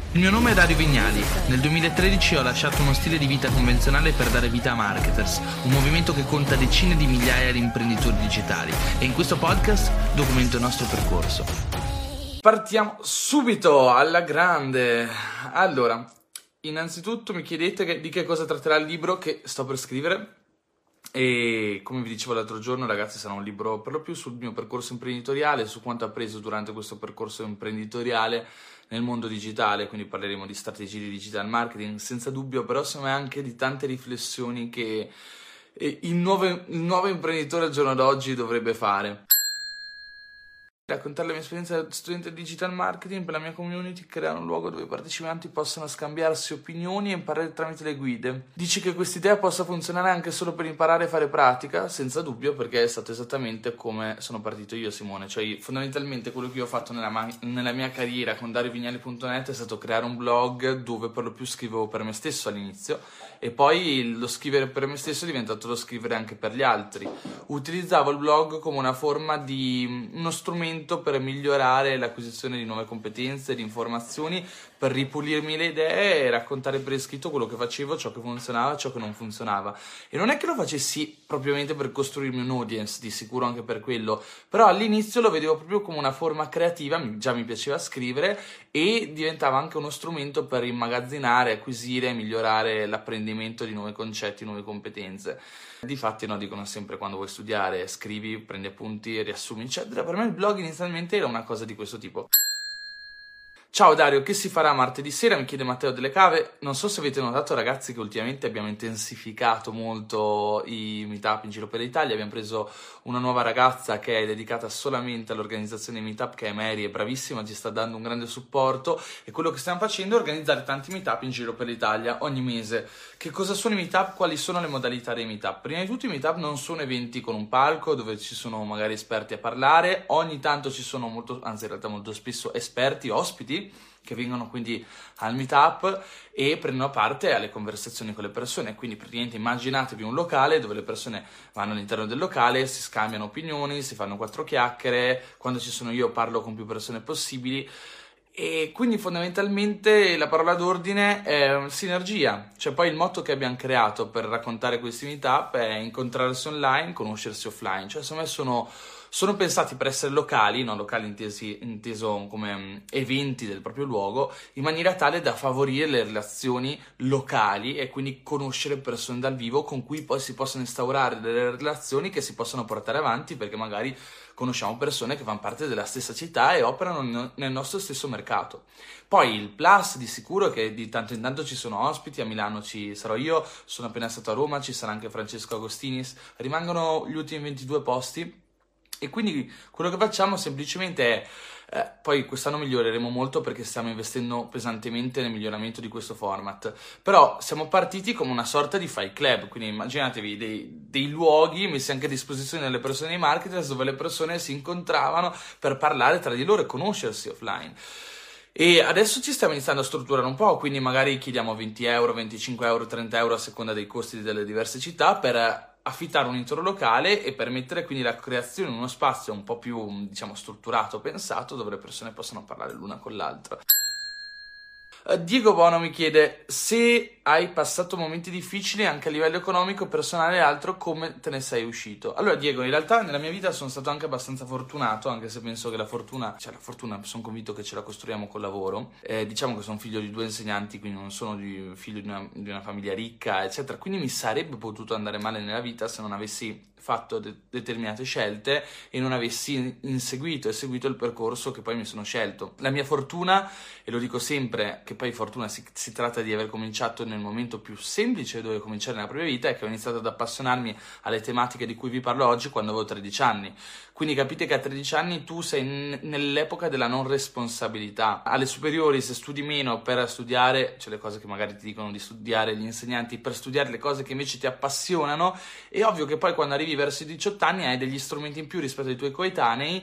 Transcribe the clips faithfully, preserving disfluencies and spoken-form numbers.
Il mio nome è Dario Vignali. Nel duemilatredici ho lasciato uno stile di vita convenzionale per dare vita a Marketers, un movimento che conta decine di migliaia di imprenditori digitali, e in questo podcast documento il nostro percorso. Partiamo subito alla grande. Allora, innanzitutto mi chiedete che, di che cosa tratterà il libro che sto per scrivere. E come vi dicevo l'altro giorno, ragazzi, sarà un libro per lo più sul mio percorso imprenditoriale, su quanto ho appreso durante questo percorso imprenditoriale nel mondo digitale. Quindi parleremo di strategie di digital marketing senza dubbio, però secondo me anche di tante riflessioni che il nuovo, il nuovo imprenditore al giorno d'oggi dovrebbe fare. Raccontare la mia esperienza da studente di digital marketing per la mia community, creare un luogo dove i partecipanti possano scambiarsi opinioni e imparare tramite le guide. Dici che quest'idea possa funzionare anche solo per imparare a fare pratica? Senza dubbio, perché è stato esattamente come sono partito io, Simone. Cioè, fondamentalmente quello che io ho fatto nella, ma- nella mia carriera con dario vignali punto net è stato creare un blog dove per lo più scrivevo per me stesso all'inizio, e poi lo scrivere per me stesso è diventato lo scrivere anche per gli altri. Utilizzavo il blog come una forma di uno strumento per migliorare l'acquisizione di nuove competenze, di informazioni, per ripulirmi le idee e raccontare per iscritto quello che facevo, ciò che funzionava, ciò che non funzionava. E non è che lo facessi propriamente per costruirmi un audience, di sicuro anche per quello, però all'inizio lo vedevo proprio come una forma creativa, già mi piaceva scrivere, e diventava anche uno strumento per immagazzinare, acquisire e migliorare l'apprendimento di nuovi concetti, nuove competenze. Difatti, no, dicono sempre: quando vuoi studiare scrivi, prendi appunti, riassumi, eccetera. Per me il blog inizialmente era una cosa di questo tipo. Ciao Dario, che si farà martedì sera? Mi chiede Matteo Delle Cave. Non so se avete notato, ragazzi, che ultimamente abbiamo intensificato molto i meetup in giro per l'Italia. Abbiamo preso una nuova ragazza che è dedicata solamente all'organizzazione dei meetup, che è Mary, è bravissima, ci sta dando un grande supporto, e quello che stiamo facendo è organizzare tanti meetup in giro per l'Italia ogni mese. Che cosa sono i meetup? Quali sono le modalità dei meetup? Prima di tutto i meetup non sono eventi con un palco dove ci sono magari esperti a parlare. Ogni tanto ci sono molto, anzi in realtà molto spesso, esperti, ospiti che vengono quindi al meetup e prendono parte alle conversazioni con le persone. Quindi praticamente immaginatevi un locale dove le persone vanno all'interno del locale, si scambiano opinioni, si fanno quattro chiacchiere. Quando ci sono io parlo con più persone possibili. E quindi fondamentalmente la parola d'ordine è sinergia. Cioè, poi il motto che abbiamo creato per raccontare questi meetup è incontrarsi online, conoscersi offline. Cioè, secondo me sono, sono pensati per essere locali, non locali intesi, inteso come um, eventi del proprio luogo, in maniera tale da favorire le relazioni locali e quindi conoscere persone dal vivo con cui poi si possono instaurare delle relazioni che si possono portare avanti, perché magari conosciamo persone che fanno parte della stessa città e operano nel nostro stesso mercato. Poi il plus di sicuro è che di tanto in tanto ci sono ospiti. A Milano ci sarò io, sono appena stato a Roma, ci sarà anche Francesco Agostinis, rimangono gli ultimi ventidue posti. E quindi quello che facciamo semplicemente è, eh, poi quest'anno miglioreremo molto perché stiamo investendo pesantemente nel miglioramento di questo format, però siamo partiti come una sorta di Fight Club, quindi immaginatevi dei, dei luoghi messi anche a disposizione delle persone dei marketers, dove le persone si incontravano per parlare tra di loro e conoscersi offline. E adesso ci stiamo iniziando a strutturare un po', quindi magari chiediamo venti euro, venticinque euro, trenta euro a seconda dei costi delle diverse città per affittare un intero locale e permettere quindi la creazione di uno spazio un po' più, diciamo, strutturato, pensato, dove le persone possano parlare l'una con l'altra. Diego Bono mi chiede: se hai passato momenti difficili anche a livello economico, personale e altro, come te ne sei uscito? Allora Diego, in realtà nella mia vita sono stato anche abbastanza fortunato, anche se penso che la fortuna, cioè la fortuna sono convinto che ce la costruiamo col lavoro. Eh, diciamo che sono figlio di due insegnanti, quindi non sono di, figlio di una, di una famiglia ricca, eccetera, quindi mi sarebbe potuto andare male nella vita se non avessi fatto de- determinate scelte e non avessi inseguito e seguito il percorso che poi mi sono scelto. La mia fortuna, e lo dico sempre, che poi fortuna si, si tratta di aver cominciato nel momento più semplice dove cominciare nella propria vita, è che ho iniziato ad appassionarmi alle tematiche di cui vi parlo oggi quando avevo tredici anni. Quindi capite che a tredici anni tu sei n- nell'epoca della non responsabilità. Alle superiori, se studi meno per studiare, cioè le cose che magari ti dicono di studiare gli insegnanti, per studiare le cose che invece ti appassionano, è ovvio che poi quando arrivi verso i diciotto anni hai degli strumenti in più rispetto ai tuoi coetanei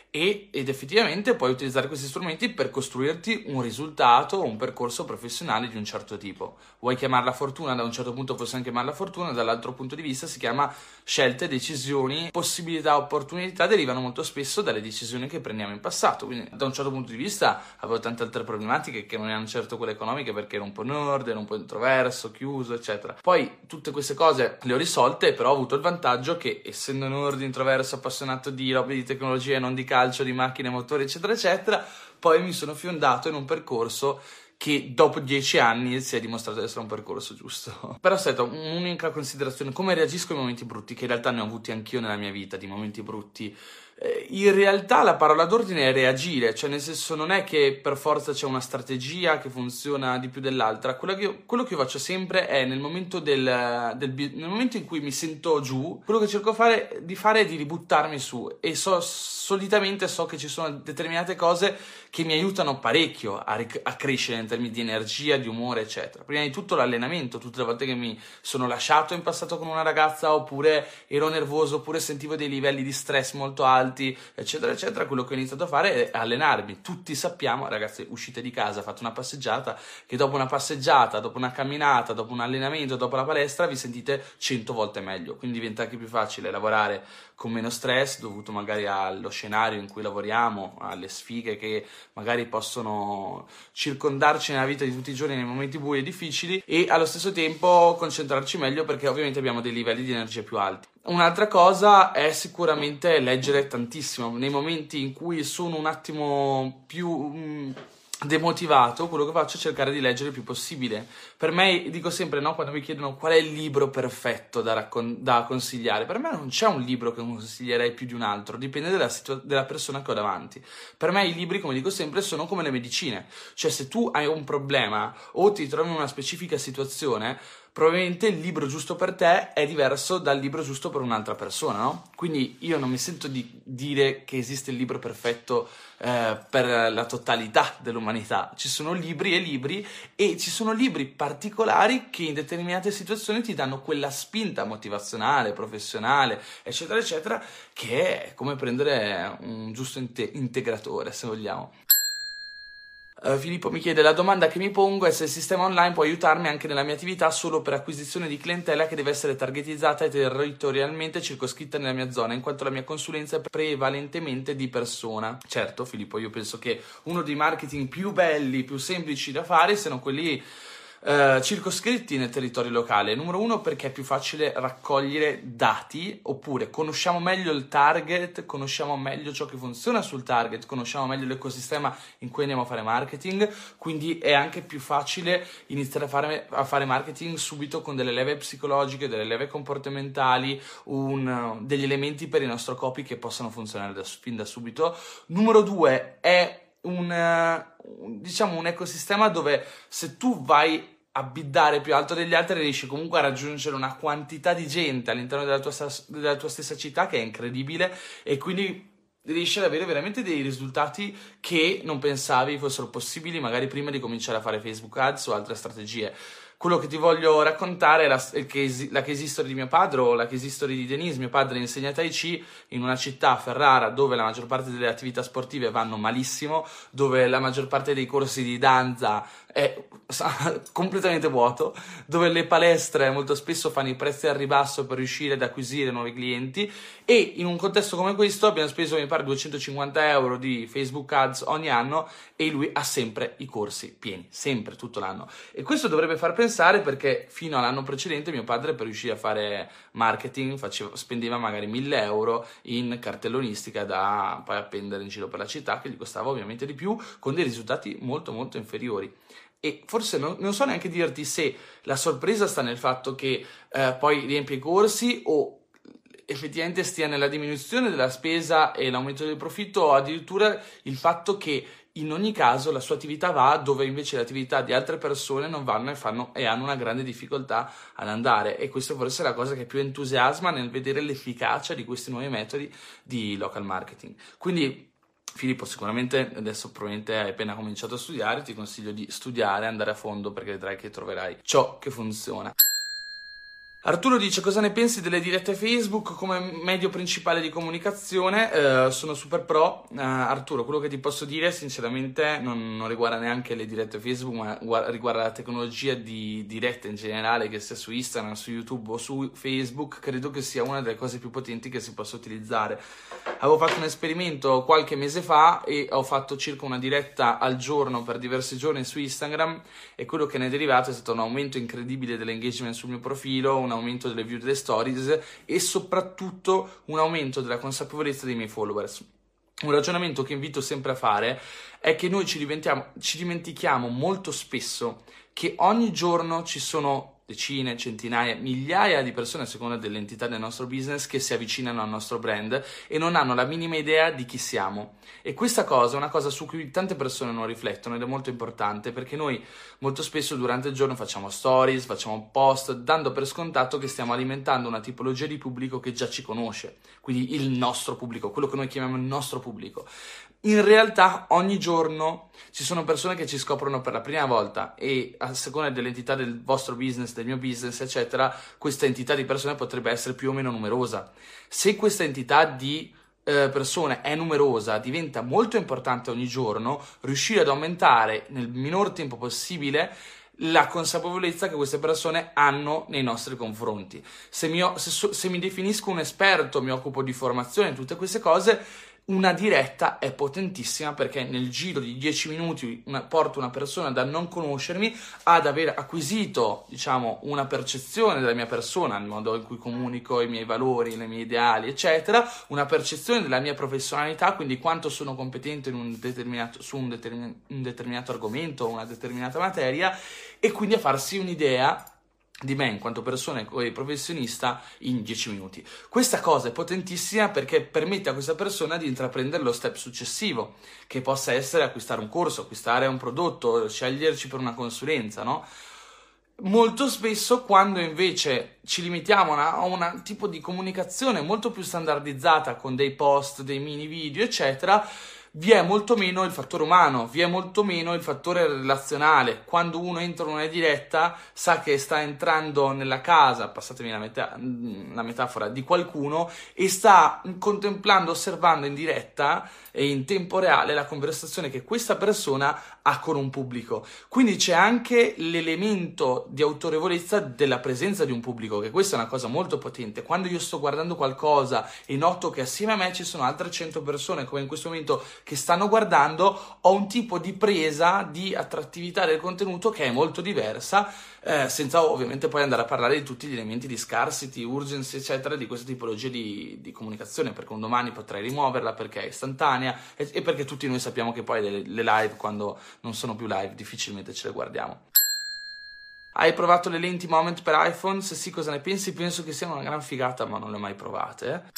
e, ed effettivamente puoi utilizzare questi strumenti per costruirti un risultato, un percorso professionale di un certo tipo. Vuoi chiamarla fortuna? Da un certo punto possiamo chiamarla fortuna, dall'altro punto di vista si chiama scelte, decisioni, possibilità, opportunità derivano molto spesso dalle decisioni che prendiamo in passato. Quindi da un certo punto di vista avevo tante altre problematiche che non erano certo quelle economiche, perché ero un po' nerd, ero un po' introverso, chiuso, eccetera. Poi tutte queste cose le ho risolte, però ho avuto il vantaggio che, essendo nerd, introverso, appassionato di robe di tecnologia e non di calcio, di macchine, motori, eccetera, eccetera, poi mi sono fiondato in un percorso che dopo dieci anni si è dimostrato essere un percorso giusto. Però aspetta, un'unica considerazione: come reagisco ai momenti brutti, che in realtà ne ho avuti anch'io nella mia vita, di momenti brutti. Eh, in realtà la parola d'ordine è reagire, cioè nel senso non è che per forza c'è una strategia che funziona di più dell'altra. Quello che io, quello che io faccio sempre è nel momento, del, del, nel momento in cui mi sento giù, quello che cerco fare, di fare è di ributtarmi su, e so, solitamente so che ci sono determinate cose che mi aiutano parecchio a, ric- a crescere in termini di energia, di umore, eccetera. Prima di tutto l'allenamento, tutte le volte che mi sono lasciato in passato con una ragazza, oppure ero nervoso, oppure sentivo dei livelli di stress molto alti, eccetera, eccetera, quello che ho iniziato a fare è allenarmi. Tutti sappiamo, ragazzi, uscite di casa, fate una passeggiata, che dopo una passeggiata, dopo una camminata, dopo un allenamento, dopo la palestra, vi sentite cento volte meglio. Quindi diventa anche più facile lavorare con meno stress, dovuto magari allo scenario in cui lavoriamo, alle sfighe che magari possono circondarci nella vita di tutti i giorni nei momenti bui e difficili, e allo stesso tempo concentrarci meglio, perché ovviamente abbiamo dei livelli di energia più alti. Un'altra cosa è sicuramente leggere tantissimo. Nei momenti in cui sono un attimo più mh, demotivato, quello che faccio è cercare di leggere il più possibile. Per me, dico sempre, no, quando mi chiedono qual è il libro perfetto da, raccon- da consigliare, per me non c'è un libro che consiglierei più di un altro, dipende dalla, situa- della persona che ho davanti. Per me i libri, come dico sempre, sono come le medicine, cioè se tu hai un problema o ti trovi in una specifica situazione, probabilmente il libro giusto per te è diverso dal libro giusto per un'altra persona, no? Quindi io non mi sento di dire che esiste il libro perfetto eh, per la totalità dell'umanità. Ci sono libri e libri, e ci sono libri particolari che in determinate situazioni ti danno quella spinta motivazionale, professionale, eccetera, eccetera, che è come prendere un giusto inte- integratore, se vogliamo. Uh, Filippo mi chiede: la domanda che mi pongo è se il sistema online può aiutarmi anche nella mia attività solo per acquisizione di clientela che deve essere targetizzata e territorialmente circoscritta nella mia zona, in quanto la mia consulenza è prevalentemente di persona. Certo, Filippo, io penso che uno dei marketing più belli, più semplici da fare siano quelli Uh, circoscritti nel territorio locale. Numero uno, perché è più facile raccogliere dati, oppure conosciamo meglio il target, conosciamo meglio ciò che funziona sul target, conosciamo meglio l'ecosistema in cui andiamo a fare marketing, quindi è anche più facile iniziare a fare, a fare marketing subito con delle leve psicologiche, delle leve comportamentali, un, degli elementi per il nostro copy che possano funzionare da, fin da subito. Numero due, è un, un diciamo un ecosistema dove se tu vai a biddare più alto degli altri riesci comunque a raggiungere una quantità di gente all'interno della tua, della tua stessa città che è incredibile, e quindi riesci ad avere veramente dei risultati che non pensavi fossero possibili magari prima di cominciare a fare Facebook Ads o altre strategie. Quello che ti voglio raccontare è la, case, la case history di mio padre, o la case history di Denise. Mio padre insegna Tai Chi in una città, Ferrara, dove la maggior parte delle attività sportive vanno malissimo, dove la maggior parte dei corsi di danza è completamente vuoto, dove le palestre molto spesso fanno i prezzi al ribasso per riuscire ad acquisire nuovi clienti, e in un contesto come questo abbiamo speso, mi pare, duecentocinquanta euro di Facebook Ads ogni anno, e lui ha sempre i corsi pieni, sempre, tutto l'anno. E questo dovrebbe far pensare, perché fino all'anno precedente mio padre, per riuscire a fare marketing, faceva, spendeva magari mille euro in cartellonistica da poi appendere in giro per la città, che gli costava ovviamente di più, con dei risultati molto molto inferiori. E forse non, non so neanche dirti se la sorpresa sta nel fatto che eh, poi riempie i corsi, o effettivamente stia nella diminuzione della spesa e l'aumento del profitto, o addirittura il fatto che in ogni caso la sua attività va dove invece le attività di altre persone non vanno, e, fanno, e hanno una grande difficoltà ad andare. E questo forse è la cosa che più entusiasma nel vedere l'efficacia di questi nuovi metodi di local marketing. Quindi Filippo, sicuramente adesso probabilmente hai appena cominciato a studiare, ti consiglio di studiare, andare a fondo, perché vedrai che troverai ciò che funziona. Arturo dice: cosa ne pensi delle dirette Facebook come medio principale di comunicazione? Eh, sono super pro. Eh, Arturo, quello che ti posso dire sinceramente non, non riguarda neanche le dirette Facebook, ma guarda, riguarda la tecnologia di dirette in generale, che sia su Instagram, su YouTube o su Facebook. Credo che sia una delle cose più potenti che si possa utilizzare. Avevo fatto un esperimento qualche mese fa e ho fatto circa una diretta al giorno per diversi giorni su Instagram, e quello che ne è derivato è stato un aumento incredibile dell'engagement sul mio profilo, un aumento delle view delle stories e soprattutto un aumento della consapevolezza dei miei followers. Un ragionamento che invito sempre a fare è che noi ci, ci dimentichiamo molto spesso che ogni giorno ci sono decine, centinaia, migliaia di persone, a seconda dell'entità del nostro business, che si avvicinano al nostro brand e non hanno la minima idea di chi siamo. E questa cosa è una cosa su cui tante persone non riflettono ed è molto importante, perché noi molto spesso durante il giorno facciamo stories, facciamo post, dando per scontato che stiamo alimentando una tipologia di pubblico che già ci conosce, quindi il nostro pubblico, quello che noi chiamiamo il nostro pubblico. In realtà ogni giorno ci sono persone che ci scoprono per la prima volta e a seconda dell'entità del vostro business, del mio business, eccetera, questa entità di persone potrebbe essere più o meno numerosa. Se questa entità di eh, persone è numerosa, diventa molto importante ogni giorno riuscire ad aumentare nel minor tempo possibile la consapevolezza che queste persone hanno nei nostri confronti. Se mi, se, se mi definisco un esperto, mi occupo di formazione, tutte queste cose, una diretta è potentissima, perché nel giro di dieci minuti una, porto una persona da non conoscermi ad aver acquisito, diciamo, una percezione della mia persona, il modo in cui comunico i miei valori, le mie ideali, eccetera, una percezione della mia professionalità, quindi quanto sono competente in un determinato, su un, determin, un determinato argomento o una determinata materia, e quindi a farsi un'idea di me in quanto persona e professionista in dieci minuti. Questa cosa è potentissima perché permette a questa persona di intraprendere lo step successivo, che possa essere acquistare un corso, acquistare un prodotto, sceglierci per una consulenza, no? Molto spesso, quando invece ci limitiamo a un tipo di comunicazione molto più standardizzata, con dei post, dei mini video, eccetera, vi è molto meno il fattore umano, vi è molto meno il fattore relazionale. Quando uno entra in una diretta sa che sta entrando nella casa, passatemi la, meta- la metafora, di qualcuno, e sta contemplando, osservando in diretta e in tempo reale la conversazione che questa persona ha con un pubblico. Quindi c'è anche l'elemento di autorevolezza della presenza di un pubblico, che questa è una cosa molto potente. Quando io sto guardando qualcosa e noto che assieme a me ci sono altre cento persone, come in questo momento, che stanno guardando, ho un tipo di presa, di attrattività del contenuto che è molto diversa, eh, senza ovviamente poi andare a parlare di tutti gli elementi di scarcity, urgency, eccetera, di questa tipologia di, di comunicazione, perché un domani potrei rimuoverla perché è istantanea e, e perché tutti noi sappiamo che poi le, le live, quando non sono più live, difficilmente ce le guardiamo. Hai provato le lenti Moment per iPhone? Se sì, cosa ne pensi? Penso che siano una gran figata, ma non le ho mai provate.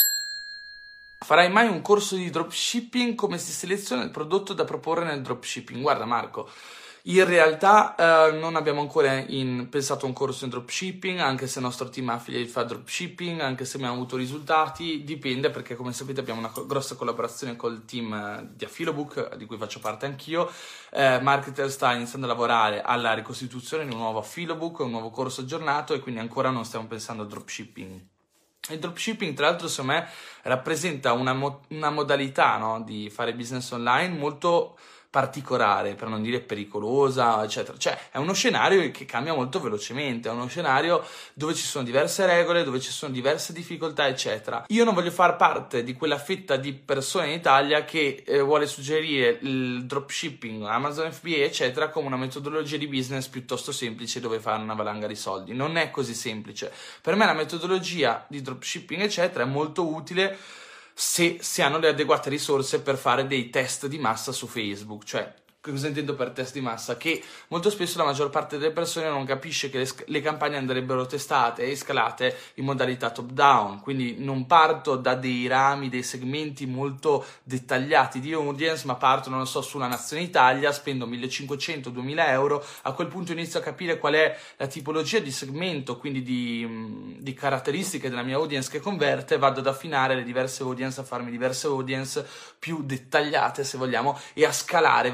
Farai mai un corso di dropshipping? Come si seleziona il prodotto da proporre nel dropshipping? Guarda Marco, in realtà eh, non abbiamo ancora in, pensato a un corso in dropshipping, anche se il nostro team affiliate fa dropshipping, anche se abbiamo avuto risultati, dipende, perché come sapete abbiamo una co- grossa collaborazione col team eh, di Affilobook, di cui faccio parte anch'io. eh, Marketer sta iniziando a lavorare alla ricostituzione di un nuovo Affilobook, un nuovo corso aggiornato, e quindi ancora non stiamo pensando al dropshipping. Il dropshipping, tra l'altro, secondo me rappresenta una, mo- una modalità, no, di fare business online molto particolare, per non dire pericolosa, eccetera. Cioè è uno scenario che cambia molto velocemente, è uno scenario dove ci sono diverse regole, dove ci sono diverse difficoltà, eccetera. Io non voglio far parte di quella fetta di persone in Italia che eh, vuole suggerire il dropshipping, Amazon F B A, eccetera, come una metodologia di business piuttosto semplice dove fare una valanga di soldi. Non è così semplice. Per me la metodologia di dropshipping, eccetera, è molto utile se si hanno le adeguate risorse per fare dei test di massa su Facebook. Cioè, cosa intendo per test di massa? Che molto spesso la maggior parte delle persone non capisce che le, le campagne andrebbero testate e scalate in modalità top down, quindi non parto da dei rami, dei segmenti molto dettagliati di audience, ma parto, non lo so, su una nazione Italia, spendo millecinquecento duemila euro, a quel punto inizio a capire qual è la tipologia di segmento, quindi di, di caratteristiche della mia audience che converte, vado ad affinare le diverse audience, a farmi diverse audience più dettagliate, se vogliamo, e a scalare verso il basso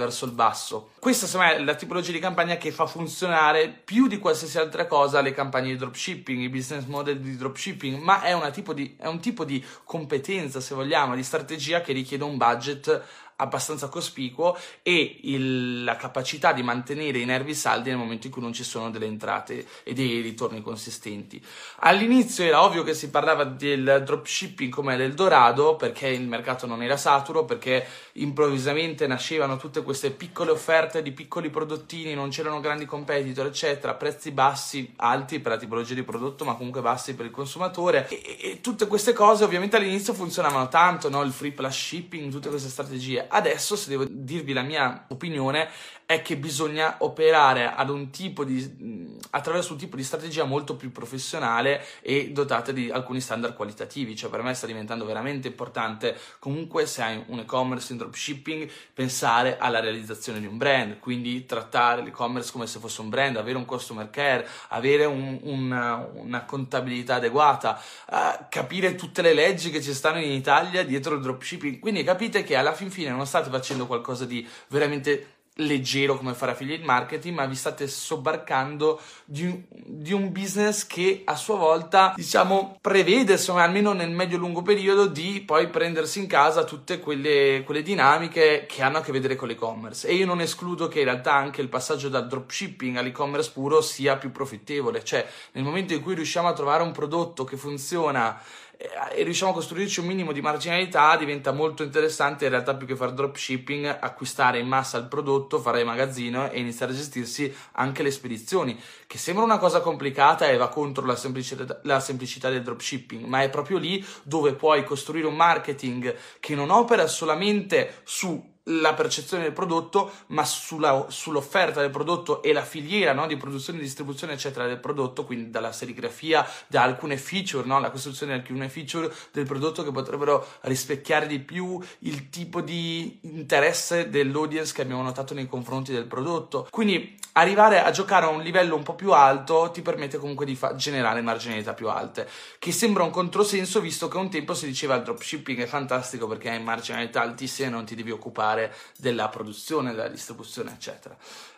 basso. Questa secondo me è la tipologia di campagna che fa funzionare più di qualsiasi altra cosa le campagne di dropshipping, i business model di dropshipping, ma è, una tipo di, è un tipo di competenza, se vogliamo, di strategia che richiede un budget abbastanza cospicuo e il, la capacità di mantenere i nervi saldi nel momento in cui non ci sono delle entrate e dei ritorni consistenti. All'inizio era ovvio che si parlava del dropshipping come l'Eldorado, perché il mercato non era saturo, perché improvvisamente nascevano tutte queste piccole offerte di piccoli prodottini, non c'erano grandi competitor, eccetera, prezzi bassi, alti per la tipologia di prodotto, ma comunque bassi per il consumatore, e, e tutte queste cose ovviamente all'inizio funzionavano tanto, no? Il free plus shipping, tutte queste strategie. Adesso, se devo dirvi la mia opinione, è che bisogna operare ad un tipo di, attraverso un tipo di strategia molto più professionale e dotata di alcuni standard qualitativi. Cioè, per me sta diventando veramente importante, comunque, se hai un e-commerce in dropshipping, pensare alla realizzazione di un brand, quindi trattare l'e-commerce come se fosse un brand, avere un customer care, avere un, una, una contabilità adeguata, uh, capire tutte le leggi che ci stanno in Italia dietro il dropshipping. Quindi capite che alla fin fine non state facendo qualcosa di veramente leggero come fare affiliate marketing, ma vi state sobbarcando di, di un business che a sua volta, diciamo, prevede, insomma, almeno nel medio-lungo periodo, di poi prendersi in casa tutte quelle, quelle dinamiche che hanno a che vedere con l'e-commerce. E io non escludo che in realtà anche il passaggio dal dropshipping all'e-commerce puro sia più profittevole. Cioè, nel momento in cui riusciamo a trovare un prodotto che funziona e riusciamo a costruirci un minimo di marginalità, diventa molto interessante in realtà, più che fare dropshipping, acquistare in massa il prodotto, fare il magazzino e iniziare a gestirsi anche le spedizioni, che sembra una cosa complicata e va contro la semplicità, la semplicità del dropshipping, ma è proprio lì dove puoi costruire un marketing che non opera solamente su la percezione del prodotto, ma sulla, sull'offerta del prodotto e la filiera, no, di produzione, distribuzione eccetera del prodotto, quindi dalla serigrafia, da alcune feature, no, la costruzione di alcune feature del prodotto che potrebbero rispecchiare di più il tipo di interesse dell'audience che abbiamo notato nei confronti del prodotto. Quindi arrivare a giocare a un livello un po' più alto ti permette comunque di fa- generare marginalità più alte, che sembra un controsenso, visto che un tempo si diceva il dropshipping è fantastico perché hai marginalità altissime e non ti devi occupare della produzione, della distribuzione eccetera.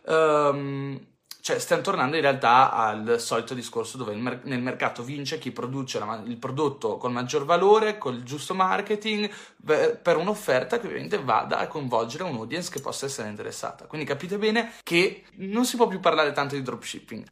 Um, cioè stiamo tornando in realtà al solito discorso dove mer- nel mercato vince chi produce la, il prodotto con maggior valore, col giusto marketing, per, per un'offerta che ovviamente vada a coinvolgere un audience che possa essere interessata. Quindi capite bene che non si può più parlare tanto di dropshipping.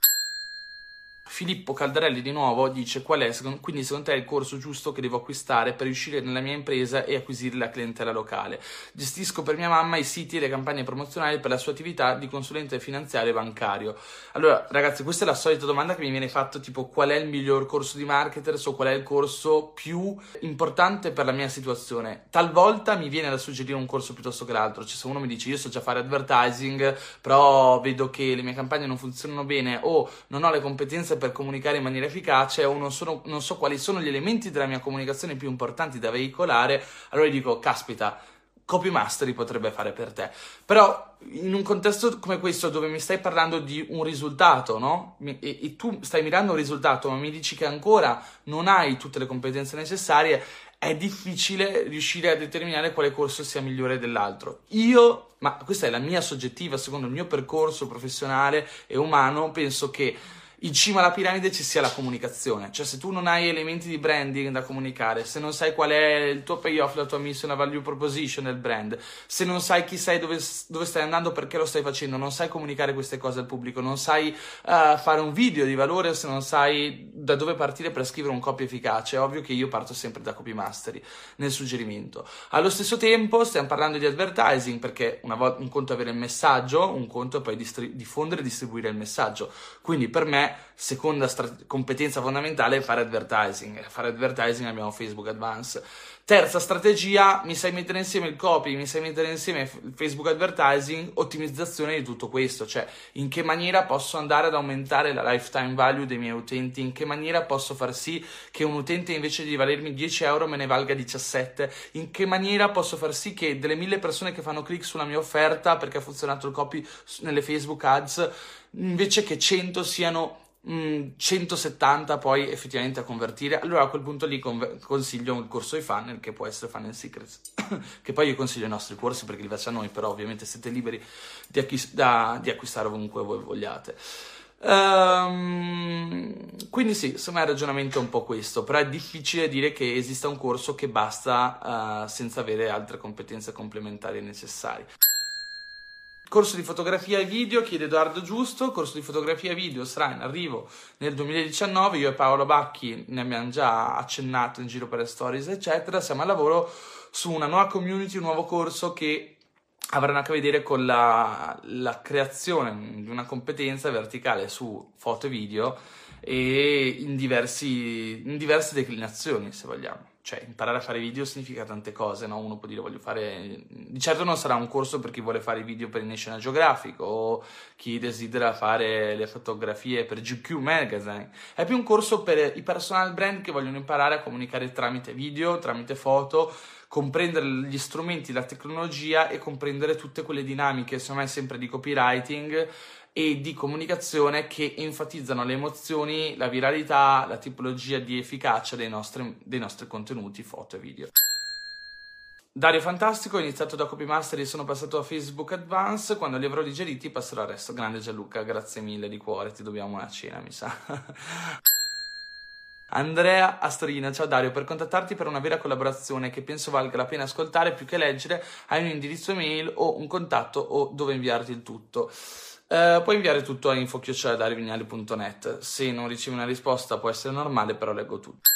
Filippo Caldarelli di nuovo dice: qual è secondo, quindi secondo te il corso giusto che devo acquistare per riuscire nella mia impresa e acquisire la clientela locale? Gestisco per mia mamma i siti e le campagne promozionali per la sua attività di consulente finanziario e bancario. Allora ragazzi, questa è la solita domanda che mi viene fatta, tipo qual è il miglior corso di marketers o qual è il corso più importante per la mia situazione. Talvolta mi viene da suggerire un corso piuttosto che l'altro. Cioè, se uno mi dice io so già fare advertising però vedo che le mie campagne non funzionano bene o non ho le competenze per comunicare in maniera efficace o non, sono, non so quali sono gli elementi della mia comunicazione più importanti da veicolare, allora gli dico caspita, Copy Mastery potrebbe fare per te. Però in un contesto come questo dove mi stai parlando di un risultato, no? E, e tu stai mirando un risultato ma mi dici che ancora non hai tutte le competenze necessarie, è difficile riuscire a determinare quale corso sia migliore dell'altro. Io, ma questa è la mia soggettiva, secondo il mio percorso professionale e umano, penso che in cima alla piramide ci sia la comunicazione. Cioè, se tu non hai elementi di branding da comunicare, se non sai qual è il tuo payoff, la tua mission, la value proposition del brand, se non sai chi sei, dove, dove stai andando, perché lo stai facendo, non sai comunicare queste cose al pubblico, non sai uh, fare un video di valore, se non sai da dove partire per scrivere un copy efficace, è ovvio che io parto sempre da Copy Mastery nel suggerimento. Allo stesso tempo stiamo parlando di advertising, perché una volta un conto è avere il messaggio, un conto è poi distri- diffondere e distribuire il messaggio. Quindi per me seconda stra- competenza fondamentale è fare advertising. Fare advertising abbiamo Facebook Advance. Terza strategia, mi sai mettere insieme il copy, mi sai mettere insieme il Facebook Advertising, ottimizzazione di tutto questo, cioè in che maniera posso andare ad aumentare la lifetime value dei miei utenti, in che maniera posso far sì che un utente invece di valermi dieci euro me ne valga diciassette, in che maniera posso far sì che delle mille persone che fanno click sulla mia offerta perché ha funzionato il copy nelle Facebook Ads, invece che cento siano centosettanta poi effettivamente a convertire, allora a quel punto lì conv- consiglio il corso di Funnel, che può essere Funnel Secrets, che poi io consiglio i nostri corsi perché li facciamo noi, però ovviamente siete liberi di, acquist- da, di acquistare ovunque voi vogliate. Um, quindi sì, insomma il ragionamento è un po' questo, però è difficile dire che esista un corso che basta uh, senza avere altre competenze complementari necessarie. Corso di fotografia e video, chiede Edoardo Giusto. Corso di fotografia e video sarà in arrivo nel duemiladiciannove. Io e Paolo Bacchi ne abbiamo già accennato in giro per le stories eccetera. Siamo al lavoro su una nuova community, un nuovo corso che avranno a che vedere con la, la creazione di una competenza verticale su foto e video e in, diversi, in diverse declinazioni, se vogliamo. Cioè, imparare a fare video significa tante cose, no? Uno può dire voglio fare... Di certo non sarà un corso per chi vuole fare i video per il National Geographic o chi desidera fare le fotografie per G Q Magazine. È più un corso per i personal brand che vogliono imparare a comunicare tramite video, tramite foto, comprendere gli strumenti, la tecnologia e comprendere tutte quelle dinamiche, secondo me sempre di copywriting e di comunicazione che enfatizzano le emozioni, la viralità, la tipologia di efficacia dei nostri, dei nostri contenuti, foto e video. Dario Fantastico, ho iniziato da Copymaster e sono passato a Facebook Advance, quando li avrò digeriti passerò al resto. Grande Gianluca, grazie mille di cuore, ti dobbiamo una cena, mi sa. Andrea Astorina, ciao Dario, per contattarti per una vera collaborazione che penso valga la pena ascoltare più che leggere, hai un indirizzo email o un contatto o dove inviarti il tutto. Uh, puoi inviare tutto a info chiocciola dario vignali punto net. Se non ricevi una risposta può essere normale, però leggo tutto.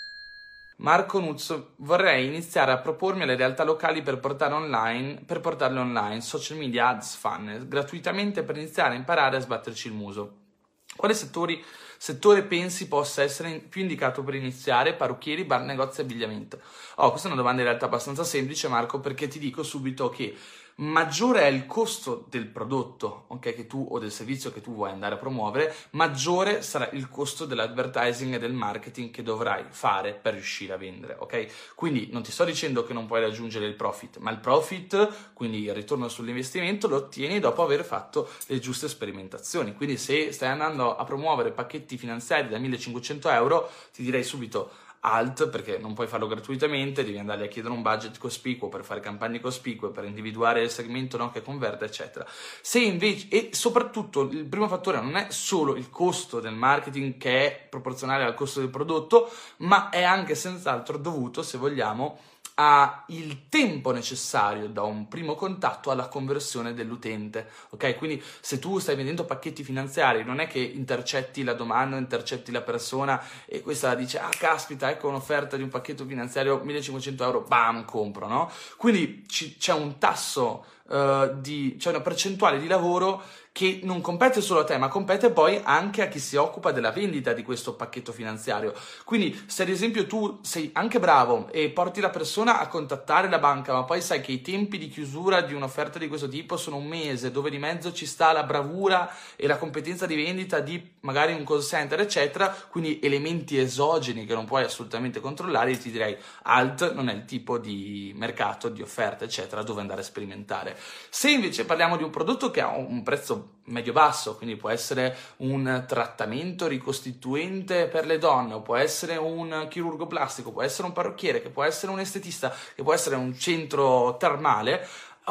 Marco Nuzzo, vorrei iniziare a propormi alle realtà locali per portare online, per portarle online, social media, ads, funnel, gratuitamente per iniziare a imparare a sbatterci il muso. Quali settori, settore pensi possa essere più indicato per iniziare? Parrucchieri, bar, negozi, abbigliamento. Oh, questa è una domanda in realtà abbastanza semplice, Marco, perché ti dico subito che maggiore è il costo del prodotto, ok, che tu o del servizio che tu vuoi andare a promuovere, maggiore sarà il costo dell'advertising e del marketing che dovrai fare per riuscire a vendere, ok? Quindi non ti sto dicendo che non puoi raggiungere il profit, ma il profit, quindi il ritorno sull'investimento, lo ottieni dopo aver fatto le giuste sperimentazioni. Quindi se stai andando a promuovere pacchetti finanziari da millecinquecento euro, ti direi subito alt, perché non puoi farlo gratuitamente, devi andare a chiedere un budget cospicuo per fare campagne cospicue, per individuare il segmento, no, che converte, eccetera. Se invece, e soprattutto il primo fattore non è solo il costo del marketing che è proporzionale al costo del prodotto, ma è anche senz'altro dovuto, se vogliamo, ha il tempo necessario da un primo contatto alla conversione dell'utente, ok? Quindi se tu stai vendendo pacchetti finanziari non è che intercetti la domanda, intercetti la persona e questa dice ah caspita, ecco un'offerta di un pacchetto finanziario millecinquecento euro, bam, compro, no? Quindi ci, c'è un tasso uh, di, c'è una percentuale di lavoro che non compete solo a te, ma compete poi anche a chi si occupa della vendita di questo pacchetto finanziario. Quindi se ad esempio tu sei anche bravo e porti la persona a contattare la banca, ma poi sai che i tempi di chiusura di un'offerta di questo tipo sono un mese, dove di mezzo ci sta la bravura e la competenza di vendita di magari un call center, eccetera, quindi elementi esogeni che non puoi assolutamente controllare, io ti direi alt non è il tipo di mercato, di offerta, eccetera, dove andare a sperimentare. Se invece parliamo di un prodotto che ha un prezzo medio-basso, quindi può essere un trattamento ricostituente per le donne, o può essere un chirurgo plastico, può essere un parrucchiere, che può essere un estetista, che può essere un centro termale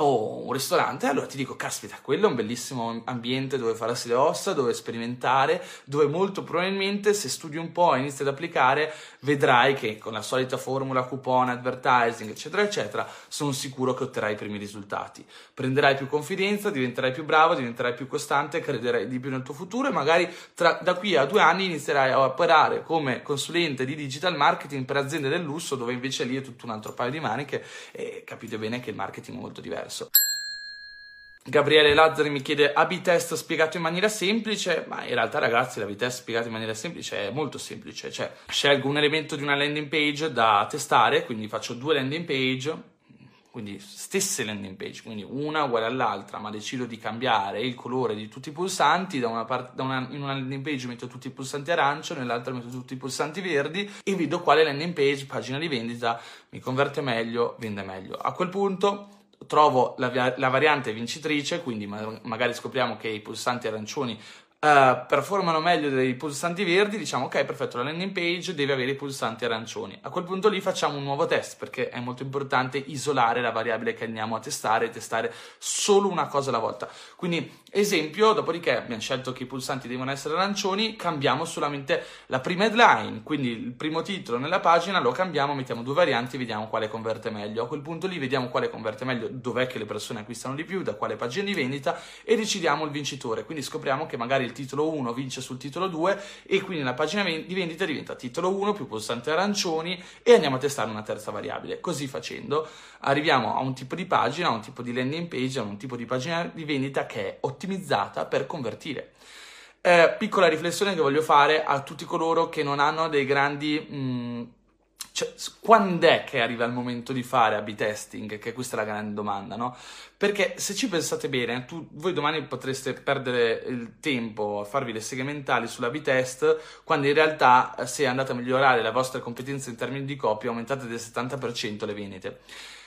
o un ristorante, allora ti dico, caspita, quello è un bellissimo ambiente dove farsi le ossa, dove sperimentare, dove molto probabilmente se studi un po' e inizi ad applicare, vedrai che con la solita formula coupon, advertising, eccetera, eccetera, sono sicuro che otterrai i primi risultati. Prenderai più confidenza, diventerai più bravo, diventerai più costante, crederai di più nel tuo futuro e magari tra, da qui a due anni inizierai a operare come consulente di digital marketing per aziende del lusso, dove invece lì è tutto un altro paio di maniche e capite bene che il marketing è molto diverso. Gabriele Lazzari mi chiede A B test spiegato in maniera semplice, ma in realtà ragazzi l'A B test spiegato in maniera semplice è molto semplice, cioè scelgo un elemento di una landing page da testare, quindi faccio due landing page, quindi stesse landing page, quindi una uguale all'altra, ma decido di cambiare il colore di tutti i pulsanti, da una parte, da una, in una landing page metto tutti i pulsanti arancio, nell'altra metto tutti i pulsanti verdi e vedo quale landing page, pagina di vendita, mi converte meglio, vende meglio. A quel punto trovo la, la variante vincitrice, quindi ma, magari scopriamo che i pulsanti arancioni Uh, performano meglio dei pulsanti verdi, diciamo ok, perfetto, la landing page deve avere i pulsanti arancioni. A quel punto lì facciamo un nuovo test, perché è molto importante isolare la variabile che andiamo a testare e testare solo una cosa alla volta. Quindi, esempio, dopodiché abbiamo scelto che i pulsanti devono essere arancioni, cambiamo solamente la prima headline, quindi il primo titolo nella pagina lo cambiamo, mettiamo due varianti e vediamo quale converte meglio. A quel punto lì vediamo quale converte meglio, dov'è che le persone acquistano di più, da quale pagina di vendita, e decidiamo il vincitore. Quindi scopriamo che magari il titolo uno vince sul titolo due e quindi la pagina di vendita diventa titolo uno più pulsanti arancioni e andiamo a testare una terza variabile. Così facendo arriviamo a un tipo di pagina, a un tipo di landing page, a un tipo di pagina di vendita che è ottimizzata per convertire. Eh, piccola riflessione che voglio fare a tutti coloro che non hanno dei grandi... Mh, Cioè, quando è che arriva il momento di fare A B testing? Che questa è la grande domanda, no? Perché se ci pensate bene, tu, voi domani potreste perdere il tempo a farvi le seghe mentali sull'A B test, quando in realtà se andate a migliorare le vostre competenze in termini di copy, aumentate del settanta per cento le vendite.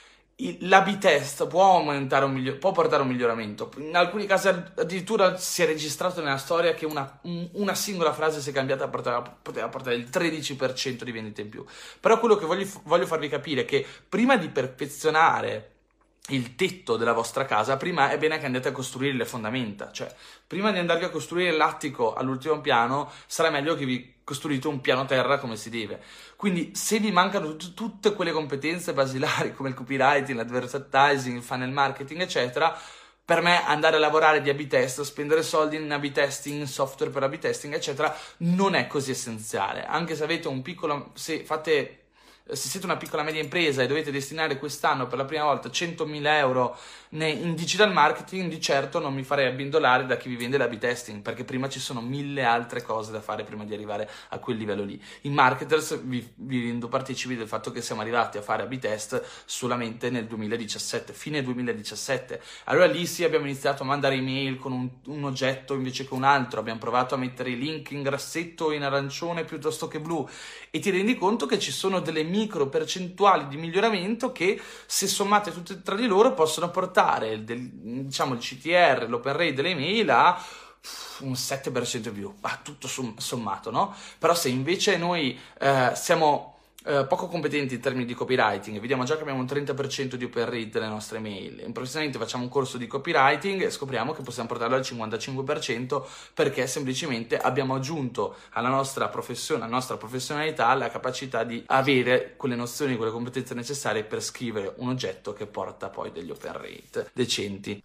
L'A B test può aumentare un miglior- può portare un miglioramento. In alcuni casi addirittura si è registrato nella storia che una, una singola frase, se cambiata, poteva, poteva portare il tredici per cento di vendite in più. Però quello che voglio, voglio farvi capire è che prima di perfezionare il tetto della vostra casa, prima è bene che andate a costruire le fondamenta. Cioè, prima di andarvi a costruire l'attico all'ultimo piano, sarà meglio che vi costruite un piano terra come si deve. Quindi se vi mancano t- tutte quelle competenze basilari come il copywriting, l'advertising, il funnel marketing, eccetera, per me andare a lavorare di A B test, spendere soldi in A B testing, software per A B testing, eccetera, non è così essenziale. Anche se avete un piccolo... se fate... se siete una piccola media impresa e dovete destinare quest'anno per la prima volta centomila euro in digital marketing, di certo non mi farei abbindolare da chi vi vende l'A B testing, perché prima ci sono mille altre cose da fare prima di arrivare a quel livello lì. In Marketers vi, vi rendo partecipi del fatto che siamo arrivati a fare A B test solamente nel duemiladiciassette, fine duemiladiciassette. Allora lì sì, abbiamo iniziato a mandare email con un, un oggetto invece che un altro, abbiamo provato a mettere i link in grassetto in arancione piuttosto che blu, e ti rendi conto che ci sono delle micro percentuali di miglioramento che, se sommate tutte tra di loro, possono portare del, diciamo il C T R, l'open rate delle email a un sette per cento in più, ah, tutto sommato, no? Però se invece noi eh, siamo eh, poco competenti in termini di copywriting e vediamo già che abbiamo un trenta per cento di open rate delle nostre email, improvvisamente facciamo un corso di copywriting e scopriamo che possiamo portarlo al cinquantacinque per cento, perché semplicemente abbiamo aggiunto alla nostra professione, alla nostra professionalità, la capacità di avere quelle nozioni, quelle competenze necessarie per scrivere un oggetto che porta poi degli open rate decenti.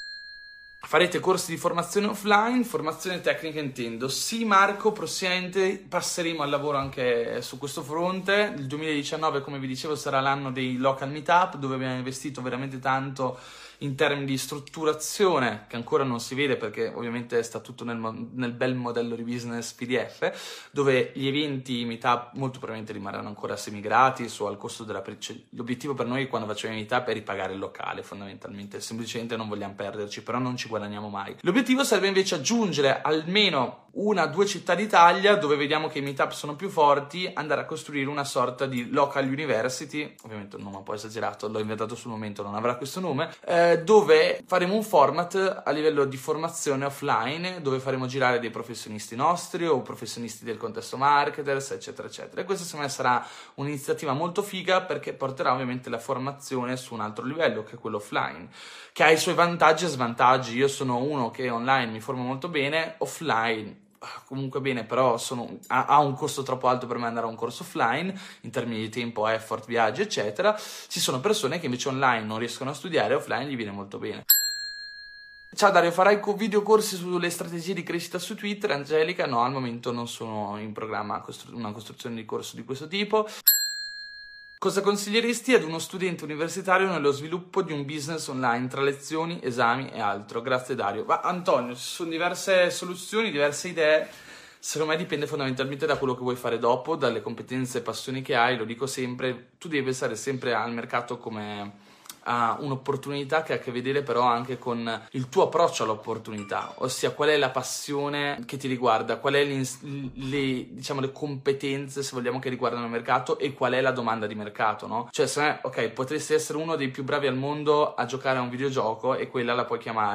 Farete corsi di formazione offline, formazione tecnica intendo. Sì Marco, prossimamente passeremo al lavoro anche su questo fronte. Il duemiladiciannove, come vi dicevo, sarà l'anno dei local meetup, dove abbiamo investito veramente tanto in termini di strutturazione, che ancora non si vede perché ovviamente sta tutto nel, nel bel modello di business P D F, dove gli eventi meetup molto probabilmente rimarranno ancora semi gratis o al costo della... Cioè, l'obiettivo per noi quando facciamo i meetup è ripagare il locale, fondamentalmente, semplicemente non vogliamo perderci, però non ci guadagniamo mai. L'obiettivo sarebbe invece aggiungere almeno una o due città d'Italia dove vediamo che i meetup sono più forti, andare a costruire una sorta di local university, ovviamente un nome un po' esagerato, l'ho inventato sul momento, non avrà questo nome, eh, dove faremo un format a livello di formazione offline, dove faremo girare dei professionisti nostri o professionisti del contesto marketers, eccetera eccetera. E questa secondo me sarà un'iniziativa molto figa, perché porterà ovviamente la formazione su un altro livello, che è quello offline, che ha i suoi vantaggi e svantaggi. Io sono uno che online mi formo molto bene, offline comunque bene, però sono, ha, ha un costo troppo alto per me andare a un corso offline in termini di tempo, effort, viaggi eccetera. Ci sono persone che invece online non riescono a studiare, offline gli viene molto bene. Ciao Dario, farai video corsi sulle strategie di crescita su Twitter? Angelica, no, al momento non sono in programma costru- una costruzione di corso di questo tipo. Cosa consiglieresti ad uno studente universitario nello sviluppo di un business online tra lezioni, esami e altro? Grazie Dario. Ma Antonio, ci sono diverse soluzioni, diverse idee. Secondo me dipende fondamentalmente da quello che vuoi fare dopo, dalle competenze e passioni che hai. Lo dico sempre, tu devi pensare sempre al mercato come a un'opportunità che ha a che vedere però anche con il tuo approccio all'opportunità, ossia qual è la passione che ti riguarda, qual è le, le, diciamo, le competenze, se vogliamo, che riguardano il mercato, e qual è la domanda di mercato, no? Cioè, se me, ok, potresti essere uno dei più bravi al mondo a giocare a un videogioco e quella la puoi chiamare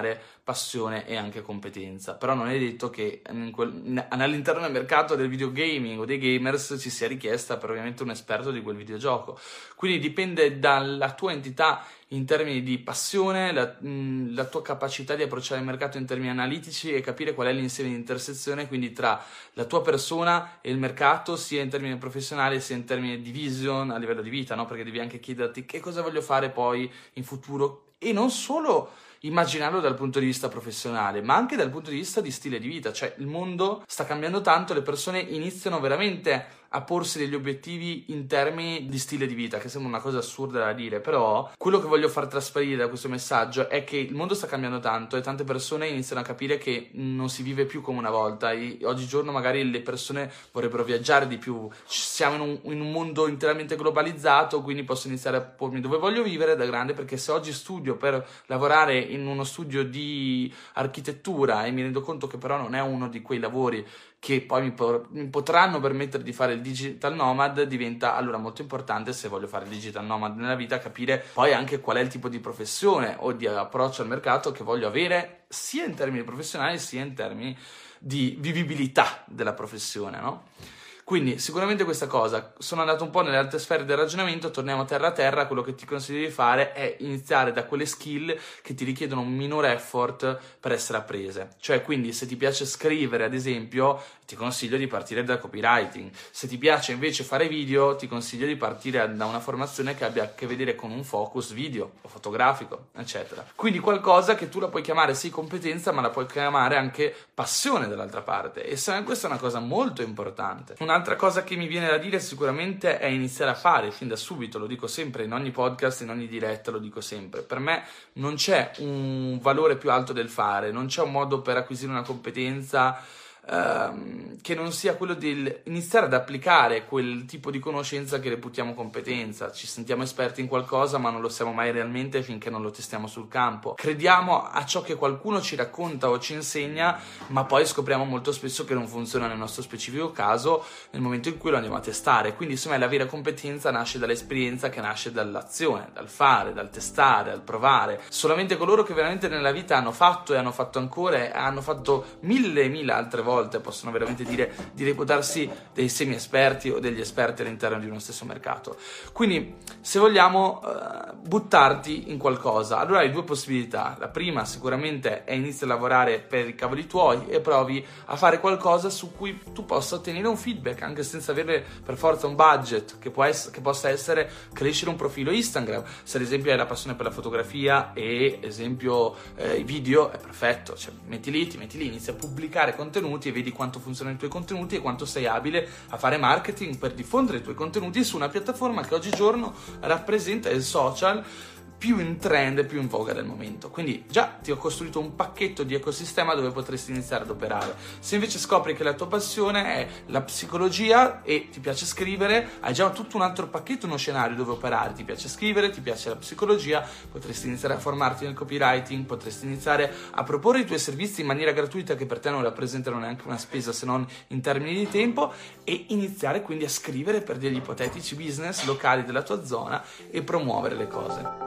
passione e anche competenza, però non è detto che in quel, all'interno del mercato del videogaming o dei gamers ci sia richiesta per ovviamente un esperto di quel videogioco, quindi dipende dalla tua entità in termini di passione, la, mh, la tua capacità di approcciare il mercato in termini analitici e capire qual è l'insieme di intersezione quindi tra la tua persona e il mercato, sia in termini professionali sia in termini di vision a livello di vita, no? Perché devi anche chiederti che cosa voglio fare poi in futuro e non solo immaginarlo dal punto di vista professionale, ma anche dal punto di vista di stile di vita. Cioè il mondo sta cambiando tanto, le persone iniziano veramente a porsi degli obiettivi in termini di stile di vita, che sembra una cosa assurda da dire, però quello che voglio far trasparire da questo messaggio è che il mondo sta cambiando tanto e tante persone iniziano a capire che non si vive più come una volta e oggigiorno magari le persone vorrebbero viaggiare di più, siamo in un, in un mondo interamente globalizzato, quindi posso iniziare a pormi dove voglio vivere da grande, perché se oggi studio per lavorare in uno studio di architettura e mi rendo conto che però non è uno di quei lavori che poi mi, por- mi potranno permettere di fare il digital nomad, diventa allora molto importante, se voglio fare il digital nomad nella vita, capire poi anche qual è il tipo di professione o di approccio al mercato che voglio avere sia in termini professionali sia in termini di vivibilità della professione, no? Quindi sicuramente questa cosa, sono andato un po' nelle alte sfere del ragionamento, torniamo terra a terra, quello che ti consiglio di fare è iniziare da quelle skill che ti richiedono un minore effort per essere apprese. Cioè quindi se ti piace scrivere ad esempio ti consiglio di partire dal copywriting, se ti piace invece fare video ti consiglio di partire da una formazione che abbia a che vedere con un focus video o fotografico eccetera. Quindi qualcosa che tu la puoi chiamare sì competenza ma la puoi chiamare anche passione dall'altra parte e questa è una cosa molto importante. Un'altra cosa che mi viene da dire sicuramente è iniziare a fare fin da subito, lo dico sempre in ogni podcast, in ogni diretta, lo dico sempre, per me non c'è un valore più alto del fare, non c'è un modo per acquisire una competenza ehm, che non sia quello di iniziare ad applicare quel tipo di conoscenza che reputiamo competenza. Ci sentiamo esperti in qualcosa ma non lo siamo mai realmente finché non lo testiamo sul campo, crediamo a ciò che qualcuno ci racconta o ci insegna ma poi scopriamo molto spesso che non funziona nel nostro specifico caso nel momento in cui lo andiamo a testare. Quindi insomma la vera competenza nasce dall'esperienza, che nasce dall'azione, dal fare, dal testare, dal provare. Solamente coloro che veramente nella vita hanno fatto e hanno fatto ancora e hanno fatto mille e mille altre volte possono veramente dire di reputarsi dei semi esperti o degli esperti all'interno di uno stesso mercato. Quindi se vogliamo uh, buttarti in qualcosa, allora hai due possibilità. La prima sicuramente è inizi a lavorare per i cavoli tuoi e provi a fare qualcosa su cui tu possa ottenere un feedback anche senza avere per forza un budget, che, può essere, che possa essere crescere un profilo Instagram. Se ad esempio hai la passione per la fotografia e esempio eh, i video, è perfetto, cioè, metti lì, ti metti lì, inizi a pubblicare contenuti e vedi quanto funzionano i tuoi contenuti e quanto sei abile a fare marketing per diffondere i tuoi contenuti su una piattaforma che oggigiorno rappresenta il social più in trend e più in voga del momento. Quindi già ti ho costruito un pacchetto di ecosistema dove potresti iniziare ad operare. Se invece scopri che la tua passione è la psicologia e ti piace scrivere, hai già tutto un altro pacchetto, uno scenario dove operare. Ti piace scrivere, ti piace la psicologia, potresti iniziare a formarti nel copywriting, potresti iniziare a proporre i tuoi servizi in maniera gratuita, che per te non rappresentano neanche una spesa se non in termini di tempo, e iniziare quindi a scrivere per degli ipotetici business locali della tua zona e promuovere le cose.